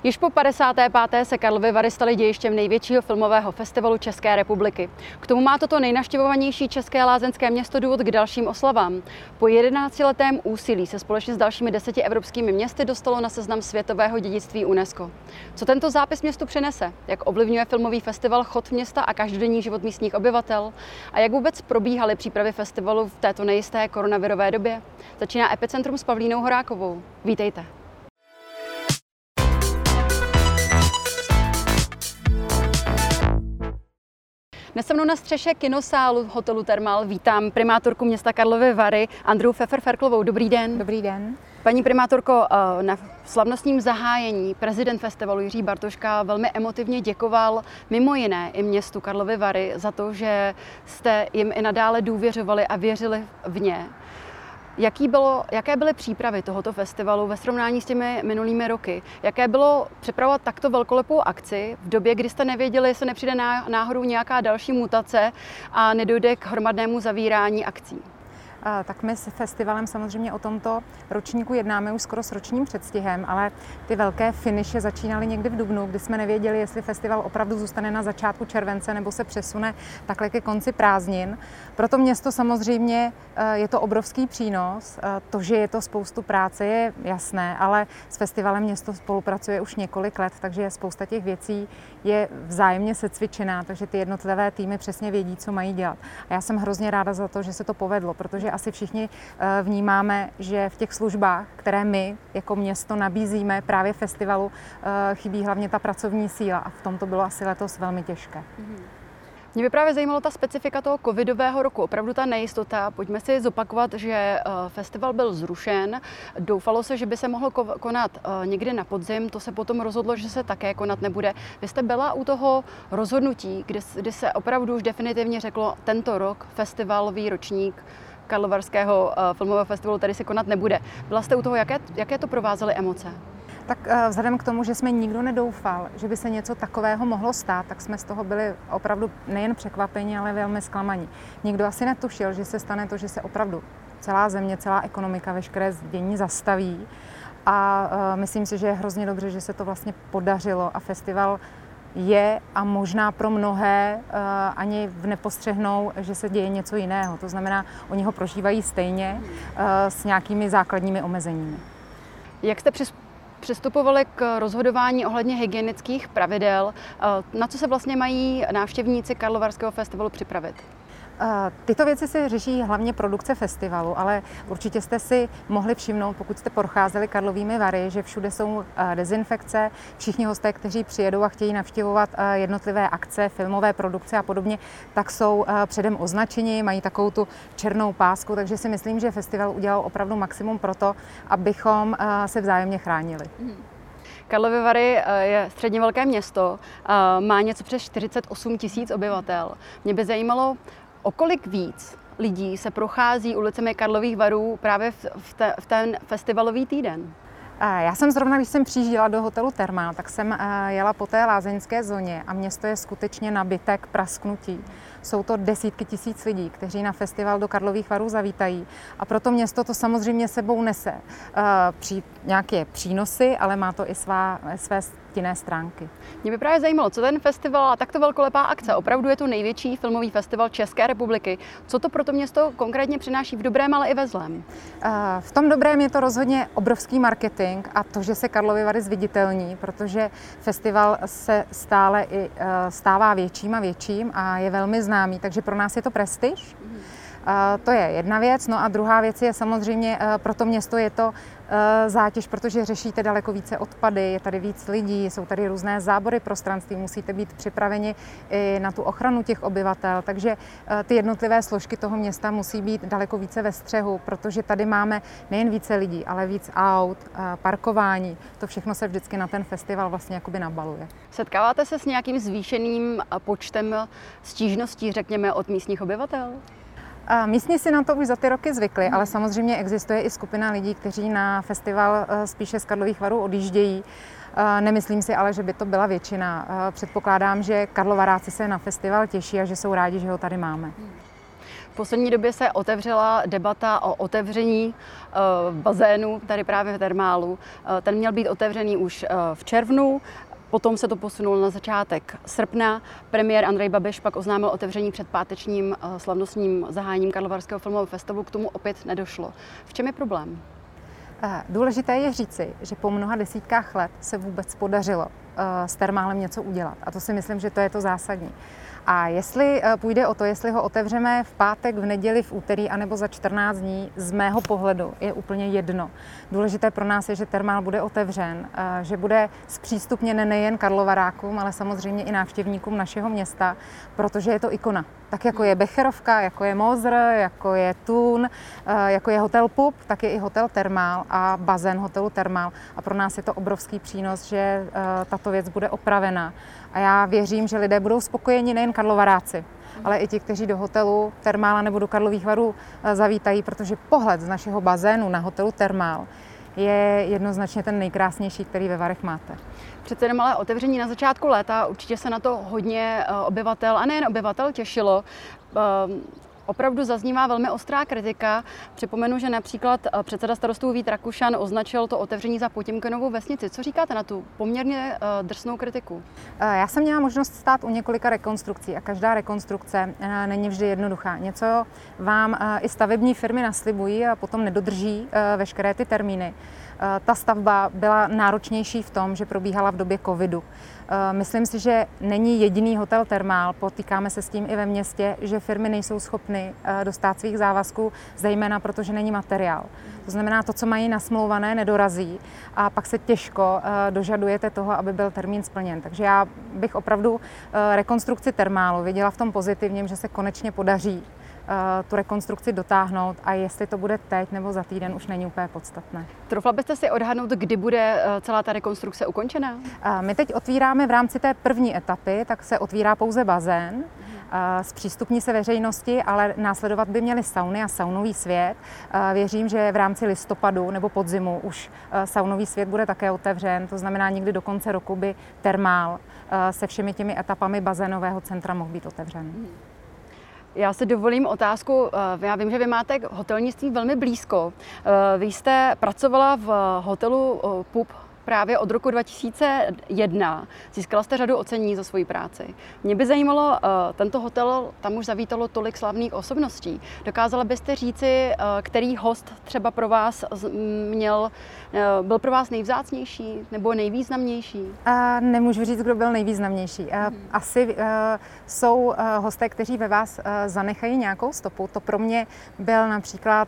Již po 55. se Karlovy Vary staly dějištěm největšího filmového festivalu České republiky. K tomu má toto nejnavštěvovanější české lázeňské město důvod k dalším oslavám. Po 11letém úsilí se společně s dalšími 10 evropskými městy dostalo na seznam světového dědictví UNESCO. Co tento zápis městu přinese? Jak ovlivňuje filmový festival chod města a každodenní život místních obyvatel? A jak vůbec probíhaly přípravy festivalu v této nejisté koronavirové době? Začíná Epicentrum s Pavlínou Horákovou. Vítejte. Dnes se mnou na střeše kinosálu hotelu Thermal vítám primátorku města Karlovy Vary Andreu Pfeffer-Ferklovou. Dobrý den. Dobrý den. Paní primátorko, na slavnostním zahájení prezident festivalu Jiří Bartoška velmi emotivně děkoval mimo jiné i městu Karlovy Vary za to, že jste jim i nadále důvěřovali a věřili v ně. Jaké byly přípravy tohoto festivalu ve srovnání s těmi minulými roky? Jaké bylo připravovat takto velkolepou akci v době, kdy jste nevěděli, jestli nepřijde náhodou nějaká další mutace a nedojde k hromadnému zavírání akcí? Tak my s festivalem samozřejmě o tomto ročníku jednáme už skoro s ročním předstihem, ale ty velké finiše začínaly někdy v dubnu, kdy jsme nevěděli, jestli festival opravdu zůstane na začátku července nebo se přesune takhle ke konci prázdnin. Proto město samozřejmě je to obrovský přínos. To, že je to spoustu práce, je jasné, ale s festivalem město spolupracuje už několik let, takže spousta těch věcí je vzájemně secvičená, takže ty jednotlivé týmy přesně vědí, co mají dělat. A já jsem hrozně ráda za to, že se to povedlo, protože asi všichni vnímáme, že v těch službách, které my jako město nabízíme právě festivalu, chybí hlavně ta pracovní síla a v tom to bylo asi letos velmi těžké. Mě by právě zajímalo ta specifika toho covidového roku, opravdu ta nejistota. Pojďme si zopakovat, že festival byl zrušen. Doufalo se, že by se mohl konat někdy na podzim, to se potom rozhodlo, že se také konat nebude. Vy jste byla u toho rozhodnutí, kdy se opravdu už definitivně řeklo, tento rok festivalový ročník Karlovarského filmového festivalu tady se konat nebude. Byla jste u toho, jaké to provázely emoce? Tak vzhledem k tomu, že jsme nikdo nedoufal, že by se něco takového mohlo stát, tak jsme z toho byli opravdu nejen překvapeni, ale velmi zklamaní. Nikdo asi netušil, že se stane to, že se opravdu celá země, celá ekonomika, veškeré dění zastaví. A myslím si, že je hrozně dobře, že se to vlastně podařilo a festival je a možná pro mnohé ani nepostřehnou, že se děje něco jiného. To znamená, oni ho prožívají stejně s nějakými základními omezeními. Jak jste přistupovali k rozhodování ohledně hygienických pravidel? Na co se vlastně mají návštěvníci Karlovarského festivalu připravit? Tyto věci se řeší hlavně produkce festivalu, ale určitě jste si mohli všimnout, pokud jste procházeli Karlovými Vary, že všude jsou dezinfekce. Všichni hosté, kteří přijedou a chtějí navštěvovat jednotlivé akce, filmové produkce a podobně, tak jsou předem označeni, mají takovou tu černou pásku, takže si myslím, že festival udělal opravdu maximum pro to, abychom se vzájemně chránili. Karlovy Vary je středně velké město, má něco přes 48 000 obyvatel. Mě by zajímalo, o kolik víc lidí se prochází ulicemi Karlových Varů právě v ten festivalový týden? Já jsem zrovna, když jsem přijížděla do hotelu Thermal, tak jsem jela po té lázeňské zóně a město je skutečně nabité k prasknutí. Jsou to desítky tisíc lidí, kteří na festival do Karlových Varů zavítají a proto město to samozřejmě sebou nese nějaké přínosy, ale má to i své stinné stránky. Mě by právě zajímalo, co ten festival a takto velkolepá akce, opravdu je to největší filmový festival České republiky. Co to pro to město konkrétně přináší v dobrém, ale i ve zlém? V tom dobrém je to rozhodně obrovský marketing a to, že se Karlovy Vary zviditelní, protože festival se stále i stává větším a větším a je velmi známý, takže pro nás je to prestiž. To je jedna věc. No a druhá věc je samozřejmě pro to město je to zátěž, protože řešíte daleko více odpady, je tady víc lidí, jsou tady různé zábory prostranství, musíte být připraveni i na tu ochranu těch obyvatel, takže ty jednotlivé složky toho města musí být daleko více ve střehu, protože tady máme nejen více lidí, ale víc aut, parkování, to všechno se vždycky na ten festival vlastně jakoby nabaluje. Setkáváte se s nějakým zvýšeným počtem stížností, řekněme, od místních obyvatel? Místní si na to už za ty roky zvykli, ale samozřejmě existuje i skupina lidí, kteří na festival spíše z Karlových Varů odjíždějí. Nemyslím si ale, že by to byla většina. Předpokládám, že Karlovaráci se na festival těší a že jsou rádi, že ho tady máme. V poslední době se otevřela debata o otevření bazénu tady právě v termálu. Ten měl být otevřený už v červnu. Potom se to posunulo na začátek srpna. Premiér Andrej Babiš pak oznámil otevření před pátečním slavnostním zahájením Karlovarského filmového festivalu. K tomu opět nedošlo. V čem je problém? Důležité je říci, že po mnoha desítkách let se vůbec podařilo s termálem něco udělat. A to si myslím, že to je to zásadní. A jestli půjde o to, jestli ho otevřeme v pátek, v neděli, v úterý anebo za 14 dní, z mého pohledu je úplně jedno. Důležité pro nás je, že termál bude otevřen, že bude zpřístupněn nejen Karlovarákům, ale samozřejmě i návštěvníkům našeho města, protože je to ikona. Tak jako je Becherovka, jako je Mozr, jako je Tun, jako je hotel Pup, tak je i hotel Termál a bazén hotelu Termál. A pro nás je to obrovský přínos, že tato věc bude opravena. A já věřím, že lidé budou spokojeni, nejen Karlovaráci, ale i ti, kteří do hotelu Termála nebo do Karlových Varů zavítají, protože pohled z našeho bazénu na hotelu Termál je jednoznačně ten nejkrásnější, který ve Varech máte. Přece jenom ale otevření na začátku léta, určitě se na to hodně obyvatel, a nejen obyvatel, těšilo. Opravdu zaznívá velmi ostrá kritika. Připomenu, že například předseda starostů Vít Rakušan označil to otevření za Potěmkinovou vesnici. Co říkáte na tu poměrně drsnou kritiku? Já jsem měla možnost stát u několika rekonstrukcí a každá rekonstrukce není vždy jednoduchá. Něco vám i stavební firmy naslibují a potom nedodrží veškeré ty termíny. Ta stavba byla náročnější v tom, že probíhala v době covidu. Myslím si, že není jediný hotel Termál, potýkáme se s tím i ve městě, že firmy nejsou schopny dostát svých závazků, zejména protože není materiál. To znamená, to, co mají nasmlouvané, nedorazí a pak se těžko dožadujete toho, aby byl termín splněn. Takže já bych opravdu rekonstrukci Termálu viděla v tom pozitivním, že se konečně podaří tu rekonstrukci dotáhnout a jestli to bude teď nebo za týden, už není úplně podstatné. Troufla byste si odhadnout, kdy bude celá ta rekonstrukce ukončena? My teď otvíráme v rámci té první etapy, tak se otvírá pouze bazén, zpřístupní se veřejnosti, ale následovat by měly sauny a saunový svět. Věřím, že v rámci listopadu nebo podzimu už saunový svět bude také otevřen, to znamená někdy do konce roku by Termál se všemi těmi etapami bazénového centra mohl být otevřen. Já si dovolím otázku. Já vím, že vy máte k hotelnictví velmi blízko. Vy jste pracovala v hotelu Pup právě od roku 2001. Získala jste řadu ocenění za svoji práci. Mě by zajímalo, tento hotel, tam už zavítalo tolik slavných osobností. Dokázala byste říci, který host třeba pro vás byl pro vás nejvzácnější nebo nejvýznamnější? Nemůžu říct, kdo byl nejvýznamnější. Asi jsou hosté, kteří ve vás zanechají nějakou stopu. To pro mě byl například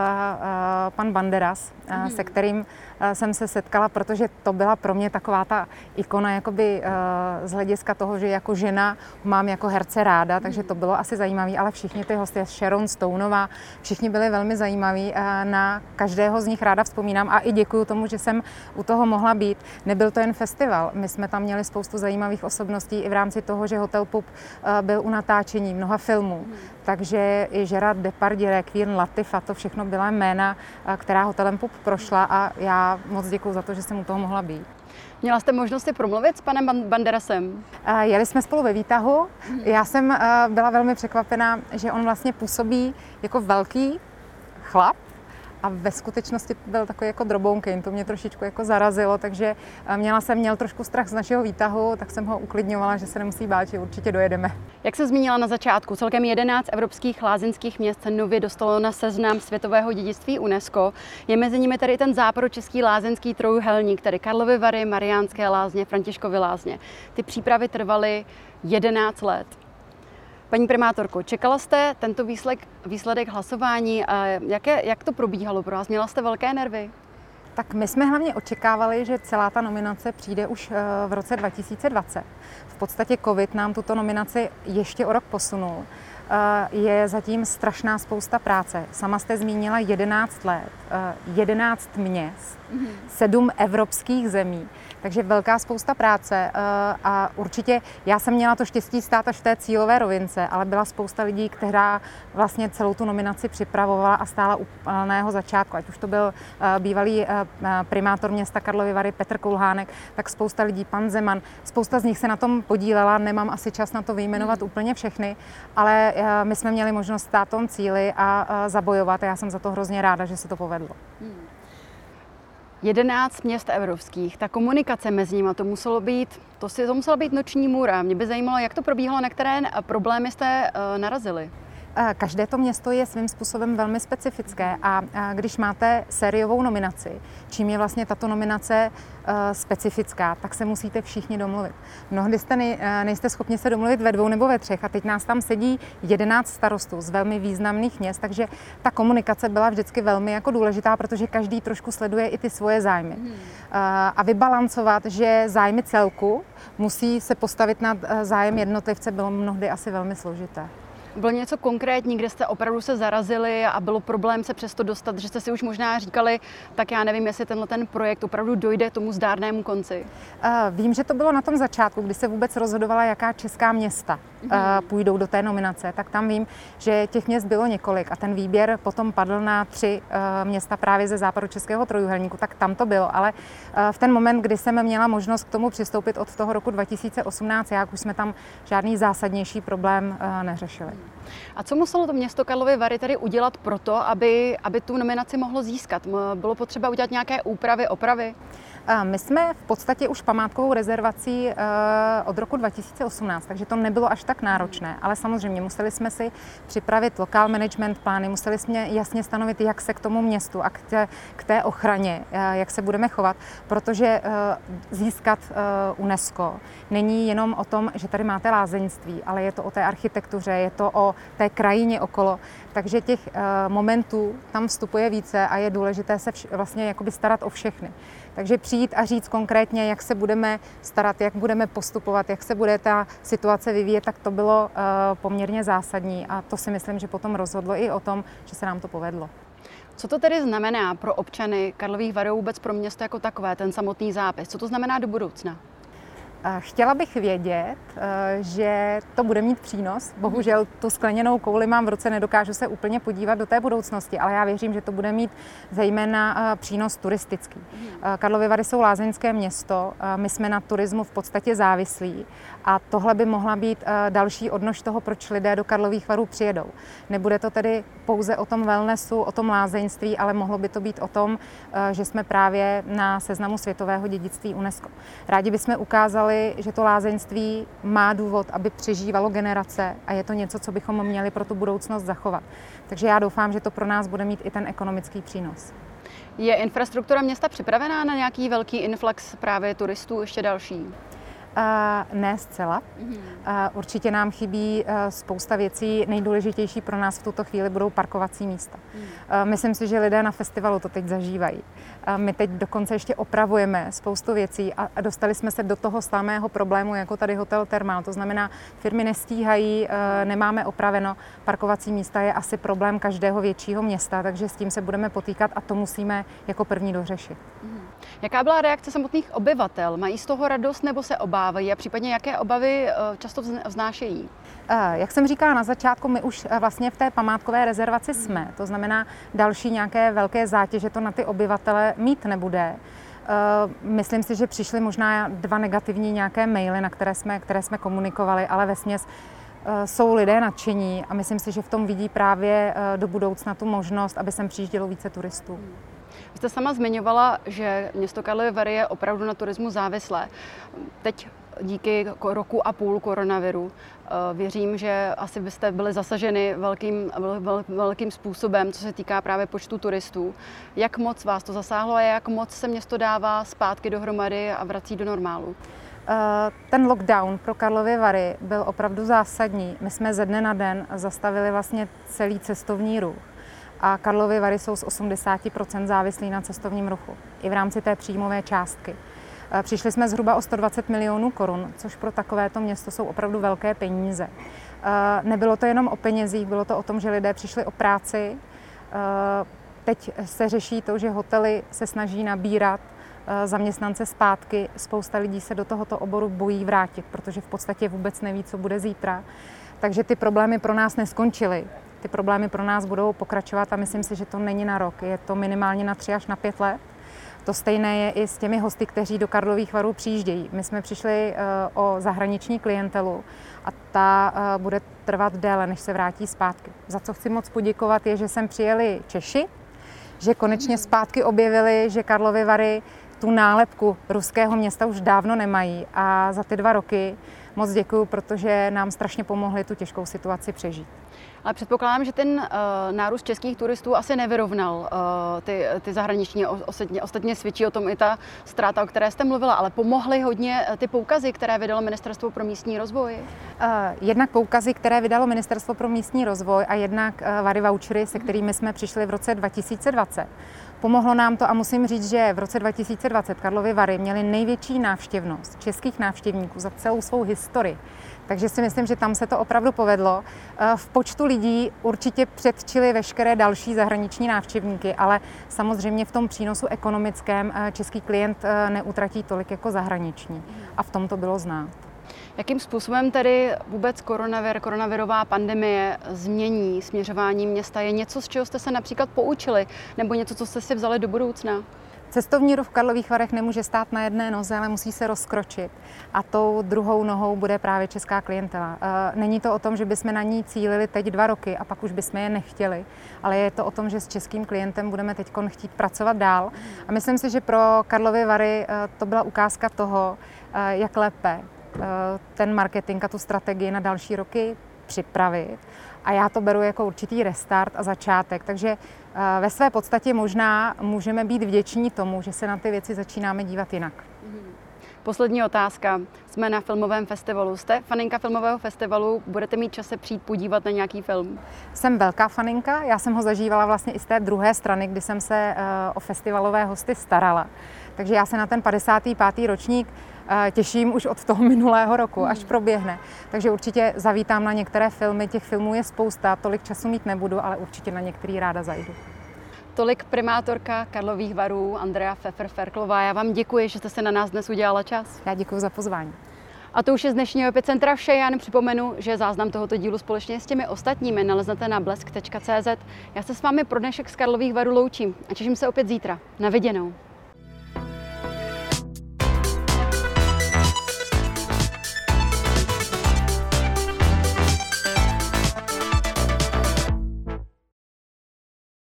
pan Banderas, se kterým jsem se setkala, protože to byla pro mě taková ta ikona jakoby z hlediska toho, že jako žena mám jako herce ráda, takže to bylo asi zajímavé, ale všichni ty hosty, Sharon Stoneová, všichni byli velmi zajímaví, na každého z nich ráda vzpomínám a i děkuju tomu, že jsem u toho mohla být. Nebyl to jen festival, my jsme tam měli spoustu zajímavých osobností i v rámci toho, že hotel Pup byl u natáčení mnoha filmů, takže i Gerard Depardieu, Queen Latifah, to všechno byla jména, která hotelem Pup prošla a já moc děkuju za to, že jsem u toho mohla být. Měla jste možnost si promluvit s panem Banderasem? Jeli jsme spolu ve výtahu. Já jsem byla velmi překvapená, že on vlastně působí jako velký chlap a ve skutečnosti byl takový jako drobounkyn. To mě trošičku jako zarazilo, takže měl trošku strach z našeho výtahu, tak jsem ho uklidňovala, že se nemusí bát, že určitě dojedeme. Jak se zmínila na začátku, celkem 11 evropských lázeňských měst se nově dostalo na seznam světového dědictví UNESCO. Je mezi nimi tedy ten západočeský lázeňský trojúhelník, tedy Karlovy Vary, Mariánské Lázně, Františkovy Lázně. Ty přípravy trvaly 11 let. Paní primátorko, čekala jste tento výsledek hlasování? Jak to probíhalo pro vás? Měla jste velké nervy? Tak my jsme hlavně očekávali, že celá ta nominace přijde už v roce 2020. V podstatě covid nám tuto nominaci ještě o rok posunul. Je zatím strašná spousta práce. Sama jste zmínila 11 let, 11 měst, 7 evropských zemí. Takže velká spousta práce a určitě já jsem měla to štěstí stát až v té cílové rovince, ale byla spousta lidí, která vlastně celou tu nominaci připravovala a stála u plného začátku. Ať už to byl bývalý primátor města Karlovy Vary Petr Kulhánek, tak spousta lidí, pan Zeman, spousta z nich se na tom podílela, nemám asi čas na to vyjmenovat úplně všechny, ale my jsme měli možnost stát v tom cíli a zabojovat. Já jsem za to hrozně ráda, že se to povedlo. 11 měst evropských, ta komunikace mezi nimi, to musela být noční můra. Mě by zajímalo, jak to probíhalo, na které problémy jste narazili. Každé to město je svým způsobem velmi specifické a když máte sériovou nominaci, čím je vlastně tato nominace specifická, tak se musíte všichni domluvit. Mnohdy nejste schopni se domluvit ve 2 nebo ve 3 a teď nás tam sedí 11 starostů z velmi významných měst, takže ta komunikace byla vždycky velmi jako důležitá, protože každý trošku sleduje i ty svoje zájmy. A vybalancovat, že zájmy celku musí se postavit nad zájem jednotlivce, bylo mnohdy asi velmi složité. Bylo něco konkrétní, kde jste opravdu se zarazili a bylo problém se přesto dostat, že jste si už možná říkali, tak já nevím, jestli ten projekt opravdu dojde tomu zdárnému konci? Vím, že to bylo na tom začátku, kdy se vůbec rozhodovala, jaká česká města půjdou do té nominace, tak tam vím, že těch měst bylo několik a ten výběr potom padl na 3 města právě ze západočeského trojúhelníku, tak tam to bylo, ale v ten moment, kdy jsem měla možnost k tomu přistoupit od toho roku 2018, jak už jsme tam žádný zásadnější problém neřešili. A co muselo to město Karlovy Vary tedy udělat pro to, aby tu nominaci mohlo získat? Bylo potřeba udělat nějaké úpravy, opravy? My jsme v podstatě už památkovou rezervací od roku 2018, takže to nebylo až tak náročné, ale samozřejmě museli jsme si připravit local management plány, museli jsme jasně stanovit, jak se k tomu městu a k té ochraně, jak se budeme chovat, protože získat UNESCO není jenom o tom, že tady máte lázeňství, ale je to o té architektuře, je to o té krajině okolo, takže těch momentů tam vstupuje více a je důležité se vlastně jakoby starat o všechny. Takže přijít a říct konkrétně, jak se budeme starat, jak budeme postupovat, jak se bude ta situace vyvíjet, tak to bylo poměrně zásadní a to si myslím, že potom rozhodlo i o tom, že se nám to povedlo. Co to tedy znamená pro občany Karlových Varů, vůbec pro město jako takové, ten samotný zápis? Co to znamená do budoucna? Chtěla bych vědět, že to bude mít přínos. Bohužel tu skleněnou kouli mám v ruce, nedokážu se úplně podívat do té budoucnosti, ale já věřím, že to bude mít zejména přínos turistický. Karlovy Vary jsou lázeňské město, my jsme na turismu v podstatě závislí a tohle by mohla být další odnož toho, proč lidé do Karlových Varů přijedou. Nebude to tedy pouze o tom wellnessu, o tom lázeňství, ale mohlo by to být o tom, že jsme právě na seznamu světového dědictví UNESCO. Rádi bychom ukázali, že to lázeňství má důvod, aby přežívalo generace a je to něco, co bychom měli pro tu budoucnost zachovat. Takže já doufám, že to pro nás bude mít i ten ekonomický přínos. Je infrastruktura města připravená na nějaký velký influx právě turistů, ještě další? Ne zcela. Určitě nám chybí spousta věcí. Nejdůležitější pro nás v tuto chvíli budou parkovací místa. Myslím si, že lidé na festivalu to teď zažívají. My teď dokonce ještě opravujeme spoustu věcí a dostali jsme se do toho samého problému, jako tady hotel Thermal. To znamená, firmy nestíhají, nemáme opraveno. Parkovací místa je asi problém každého většího města, takže s tím se budeme potýkat a to musíme jako první dořešit. Jaká byla reakce samotných obyvatel? Mají z toho radost nebo se obávají a případně jaké obavy často vznášejí? Jak jsem říkala na začátku, my už vlastně v té památkové rezervaci jsme. To znamená, další nějaké velké zátěže to na ty obyvatele mít nebude. Myslím si, že přišly možná 2 negativní nějaké maily, na které jsme komunikovali, ale vesměs jsou lidé nadšení a myslím si, že v tom vidí právě do budoucna tu možnost, aby sem přijíždělo více turistů. Vy jste sama zmiňovala, že město Karlovy Vary je opravdu na turismu závislé. Teď díky roku a půl koronaviru věřím, že asi byste byli zasaženi velkým způsobem, co se týká právě počtu turistů. Jak moc vás to zasáhlo a jak moc se město dává zpátky dohromady a vrací do normálu? Ten lockdown pro Karlovy Vary byl opravdu zásadní. My jsme ze dne na den zastavili vlastně celý cestovní ruch. A Karlovy Vary jsou z 80% závislí na cestovním ruchu, i v rámci té příjmové částky. Přišli jsme zhruba o 120 milionů korun, což pro takovéto město jsou opravdu velké peníze. Nebylo to jenom o penězích, bylo to o tom, že lidé přišli o práci. Teď se řeší to, že hotely se snaží nabírat zaměstnance zpátky. Spousta lidí se do tohoto oboru bojí vrátit, protože v podstatě vůbec neví, co bude zítra. Takže ty problémy pro nás neskončily. Ty problémy pro nás budou pokračovat a myslím si, že to není na rok. Je to minimálně na 3 až na 5 let. To stejné je i s těmi hosty, kteří do Karlových Varů přijíždějí. My jsme přišli o zahraniční klientelu a ta bude trvat déle, než se vrátí zpátky. Za co chci moc poděkovat je, že sem přijeli Češi, že konečně zpátky objevili, že Karlovy Vary tu nálepku ruského města už dávno nemají a za ty 2 roky moc děkuju, protože nám strašně pomohli tu těžkou situaci přežít. Ale předpokládám, že ten nárůst českých turistů asi nevyrovnal ty zahraniční. Ostatně svědčí o tom i ta ztráta, o které jste mluvila, ale pomohly hodně ty poukazy, které vydalo Ministerstvo pro místní rozvoj? Jednak poukazy, které vydalo Ministerstvo pro místní rozvoj a jednak Vary vouchery, se kterými jsme přišli v roce 2020. Pomohlo nám to a musím říct, že v roce 2020 Karlovy Vary měly největší návštěvnost českých návštěvníků za celou svou historii. Takže si myslím, že tam se to opravdu povedlo. V počtu lidí určitě předčili veškeré další zahraniční návštěvníky, ale samozřejmě v tom přínosu ekonomickém český klient neutratí tolik jako zahraniční. A v tom to bylo znát. Jakým způsobem tedy vůbec koronavirová pandemie změní směřování města? Je něco, z čeho jste se například poučili, nebo něco, co jste si vzali do budoucna? Cestovní ruch v Karlových Varech nemůže stát na jedné noze, ale musí se rozkročit. A tou druhou nohou bude právě česká klientela. Není to o tom, že bychom na ní cílili teď 2 roky a pak už bychom je nechtěli, ale je to o tom, že s českým klientem budeme teď chtít pracovat dál. A myslím si, že pro Karlovy Vary to byla ukázka toho, jak lépe ten marketing a tu strategii na další roky připravit. A já to beru jako určitý restart a začátek. Takže ve své podstatě možná můžeme být vděční tomu, že se na ty věci začínáme dívat jinak. Poslední otázka. Jsme na filmovém festivalu. Jste faninka filmového festivalu? Budete mít čas se přijít podívat na nějaký film? Jsem velká faninka. Já jsem ho zažívala vlastně i z té druhé strany, kdy jsem se o festivalové hosty starala. Takže já se na ten 55. ročník těším už od toho minulého roku, až proběhne. Takže určitě zavítám na některé filmy. Těch filmů je spousta, tolik času mít nebudu, ale určitě na některý ráda zajdu. Tolik primátorka Karlových Varů Andrea Pfeffer-Ferklová. Já vám děkuji, že jste se na nás dnes udělala čas. Já děkuji za pozvání. A to už je z dnešního Epicentra vše. Já jen připomenu, že záznam tohoto dílu společně s těmi ostatními naleznete na blesk.cz. Já se s vámi pro dnešek z Karlových Varů loučím a těším se opět zítra. Na viděnou.